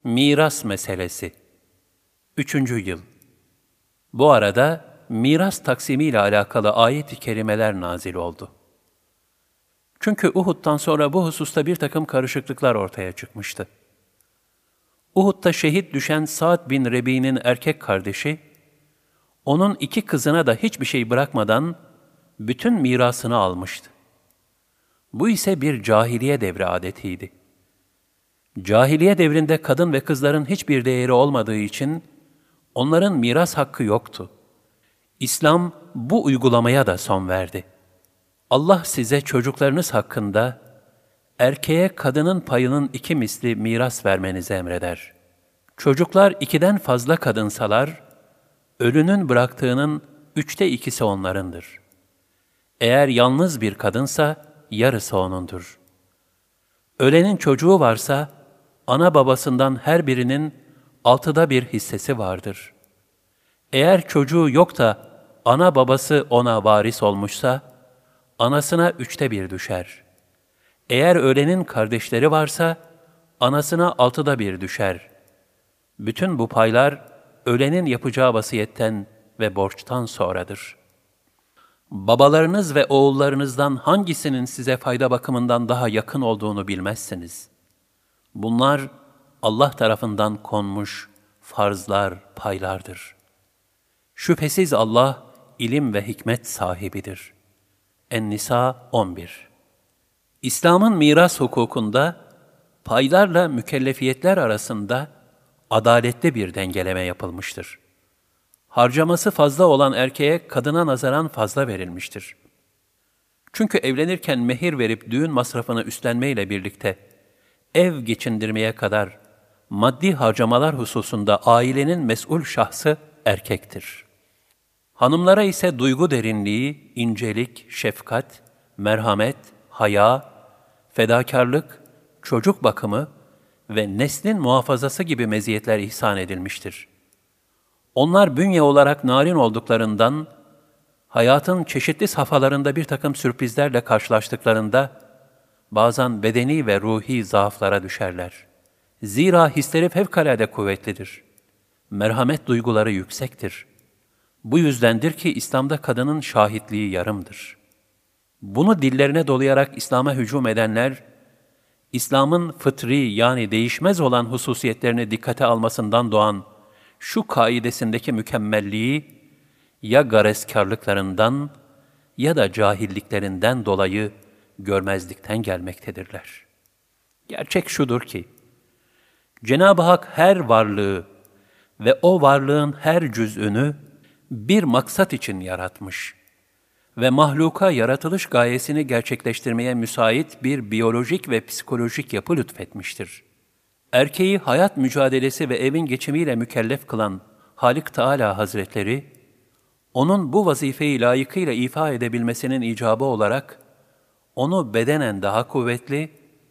Miras meselesi. 3. yıl. Bu arada miras taksimiyle alakalı ayet-i kerimeler nazil oldu. Çünkü Uhud'dan sonra bu hususta bir takım karışıklıklar ortaya çıkmıştı. Uhud'da şehit düşen Sa'd bin Rebi'nin erkek kardeşi, onun 2 kızına da hiçbir şey bırakmadan bütün mirasını almıştı. Bu ise bir cahiliye devri adetiydi. Cahiliye devrinde kadın ve kızların hiçbir değeri olmadığı için onların miras hakkı yoktu. İslam bu uygulamaya da son verdi. Allah size çocuklarınız hakkında erkeğe kadının payının 2 misli miras vermenizi emreder. Çocuklar 2'den fazla kadınsalar, ölünün bıraktığının 3'te 2'si onlarındır. Eğer yalnız bir kadınsa yarısı onundur. Ölenin çocuğu varsa, ana babasından her birinin 6'da 1 hissesi vardır. Eğer çocuğu yok da ana babası ona varis olmuşsa, anasına 3'te 1 düşer. Eğer ölenin kardeşleri varsa, anasına 6'da 1 düşer. Bütün bu paylar, ölenin yapacağı vasiyetten ve borçtan sonradır. Babalarınız ve oğullarınızdan hangisinin size fayda bakımından daha yakın olduğunu bilmezsiniz. Bunlar Allah tarafından konmuş farzlar, paylardır. Şüphesiz Allah ilim ve hikmet sahibidir. En-Nisa 11. İslam'ın miras hukukunda paylarla mükellefiyetler arasında adaletli bir dengeleme yapılmıştır. Harcaması fazla olan erkeğe kadına nazaran fazla verilmiştir. Çünkü evlenirken mehir verip düğün masrafını üstlenmeyle birlikte ev geçindirmeye kadar maddi harcamalar hususunda ailenin mesul şahsı erkektir. Hanımlara ise duygu derinliği, incelik, şefkat, merhamet, haya, fedakarlık, çocuk bakımı ve neslin muhafazası gibi meziyetler ihsan edilmiştir. Onlar bünye olarak narin olduklarından, hayatın çeşitli safhalarında bir takım sürprizlerle karşılaştıklarında, bazen bedeni ve ruhi zaaflara düşerler. Zira hisleri fevkalade kuvvetlidir. Merhamet duyguları yüksektir. Bu yüzdendir ki İslam'da kadının şahitliği yarımdır. Bunu dillerine dolayarak İslam'a hücum edenler, İslam'ın fıtri yani değişmez olan hususiyetlerini dikkate almasından doğan şu kaidesindeki mükemmelliği ya gareskarlıklarından ya da cahilliklerinden dolayı görmezlikten gelmektedirler. Gerçek şudur ki, Cenab-ı Hak her varlığı ve o varlığın her cüz'ünü bir maksat için yaratmış ve mahluka yaratılış gayesini gerçekleştirmeye müsait bir biyolojik ve psikolojik yapı lütfetmiştir. Erkeği hayat mücadelesi ve evin geçimiyle mükellef kılan Halik Teâlâ Hazretleri, onun bu vazifeyi layıkıyla ifa edebilmesinin icabı olarak, onu bedenen daha kuvvetli,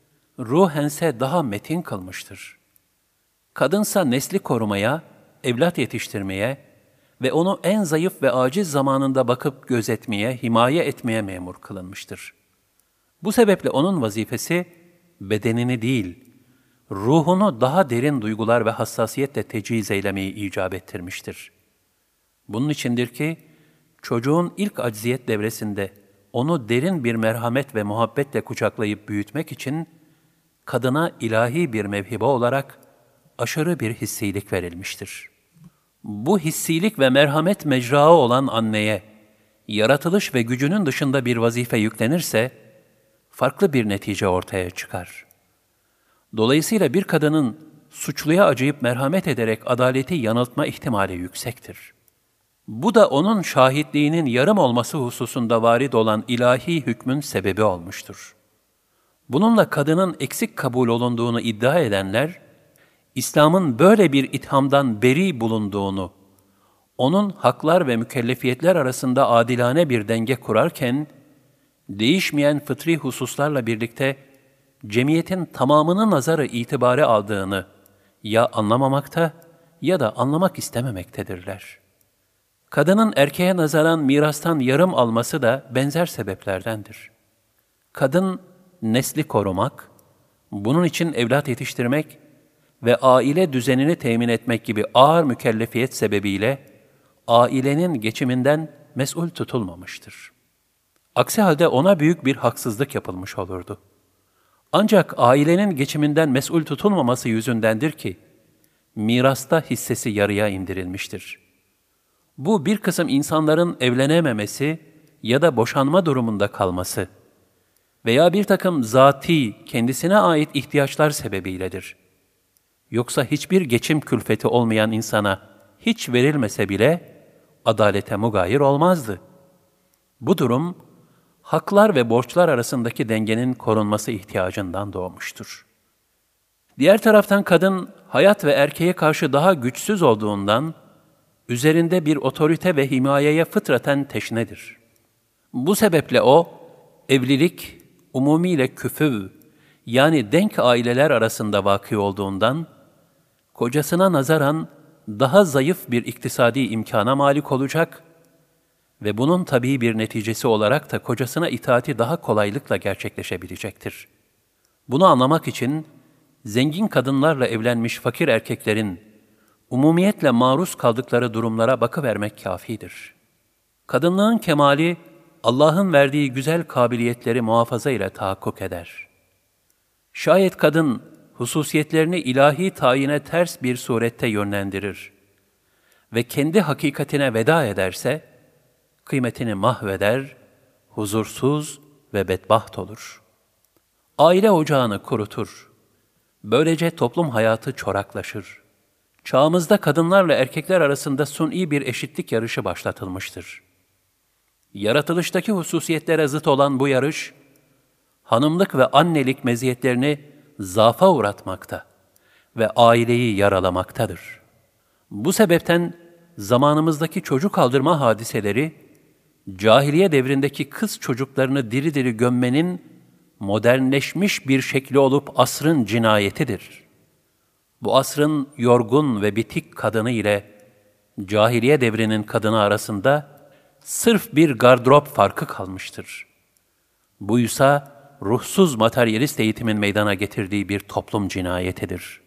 ruhense daha metin kılmıştır. Kadınsa nesli korumaya, evlat yetiştirmeye ve onu en zayıf ve aciz zamanında bakıp gözetmeye, himaye etmeye memur kılınmıştır. Bu sebeple onun vazifesi, bedenini değil, ruhunu daha derin duygular ve hassasiyetle tecihiz eylemeyi icap ettirmiştir. Bunun içindir ki, çocuğun ilk acziyet devresinde onu derin bir merhamet ve muhabbetle kucaklayıp büyütmek için, kadına ilahi bir mevhibe olarak aşırı bir hissilik verilmiştir. Bu hissilik ve merhamet mecrağı olan anneye, yaratılış ve gücünün dışında bir vazife yüklenirse, farklı bir netice ortaya çıkar. Dolayısıyla bir kadının suçluya acıyıp merhamet ederek adaleti yanıltma ihtimali yüksektir. Bu da onun şahitliğinin yarım olması hususunda varid olan ilahi hükmün sebebi olmuştur. Bununla kadının eksik kabul olunduğunu iddia edenler, İslam'ın böyle bir ithamdan beri bulunduğunu, onun haklar ve mükellefiyetler arasında adilane bir denge kurarken, değişmeyen fıtri hususlarla birlikte cemiyetin tamamını nazarı itibare aldığını ya anlamamakta ya da anlamak istememektedirler. Kadının erkeğe nazaran mirastan yarım alması da benzer sebeplerdendir. Kadın, nesli korumak, bunun için evlat yetiştirmek ve aile düzenini temin etmek gibi ağır mükellefiyet sebebiyle ailenin geçiminden mesul tutulmamıştır. Aksi halde ona büyük bir haksızlık yapılmış olurdu. Ancak ailenin geçiminden mesul tutulmaması yüzündendir ki, mirasta hissesi yarıya indirilmiştir. Bu bir kısım insanların evlenememesi ya da boşanma durumunda kalması veya bir takım zati, kendisine ait ihtiyaçlar sebebiyledir. Yoksa hiçbir geçim külfeti olmayan insana hiç verilmese bile adalete mugayir olmazdı. Bu durum, haklar ve borçlar arasındaki dengenin korunması ihtiyacından doğmuştur. Diğer taraftan kadın, hayat ve erkeğe karşı daha güçsüz olduğundan, üzerinde bir otorite ve himayeye fıtraten teşnedir. Bu sebeple o, evlilik, umumiyle küfüv, yani denk aileler arasında vakı olduğundan, kocasına nazaran daha zayıf bir iktisadi imkana malik olacak ve bunun tabii bir neticesi olarak da kocasına itaati daha kolaylıkla gerçekleşebilecektir. Bunu anlamak için, zengin kadınlarla evlenmiş fakir erkeklerin umumiyetle maruz kaldıkları durumlara bakıvermek kâfidir. Kadınlığın kemali, Allah'ın verdiği güzel kabiliyetleri muhafaza ile tahakkuk eder. Şayet kadın, hususiyetlerini ilahi tayine ters bir surette yönlendirir ve kendi hakikatine veda ederse, kıymetini mahveder, huzursuz ve bedbaht olur. Aile ocağını kurutur. Böylece toplum hayatı çoraklaşır. Çağımızda kadınlarla erkekler arasında suni bir eşitlik yarışı başlatılmıştır. Yaratılıştaki hususiyetlere zıt olan bu yarış, hanımlık ve annelik meziyetlerini zaafa uğratmakta ve aileyi yaralamaktadır. Bu sebepten zamanımızdaki çocuk aldırma hadiseleri, cahiliye devrindeki kız çocuklarını diri diri gömmenin modernleşmiş bir şekli olup asrın cinayetidir. Bu asrın yorgun ve bitik kadını ile cahiliye devrinin kadını arasında sırf bir gardırop farkı kalmıştır. Buysa ruhsuz materyalist eğitimin meydana getirdiği bir toplum cinayetidir.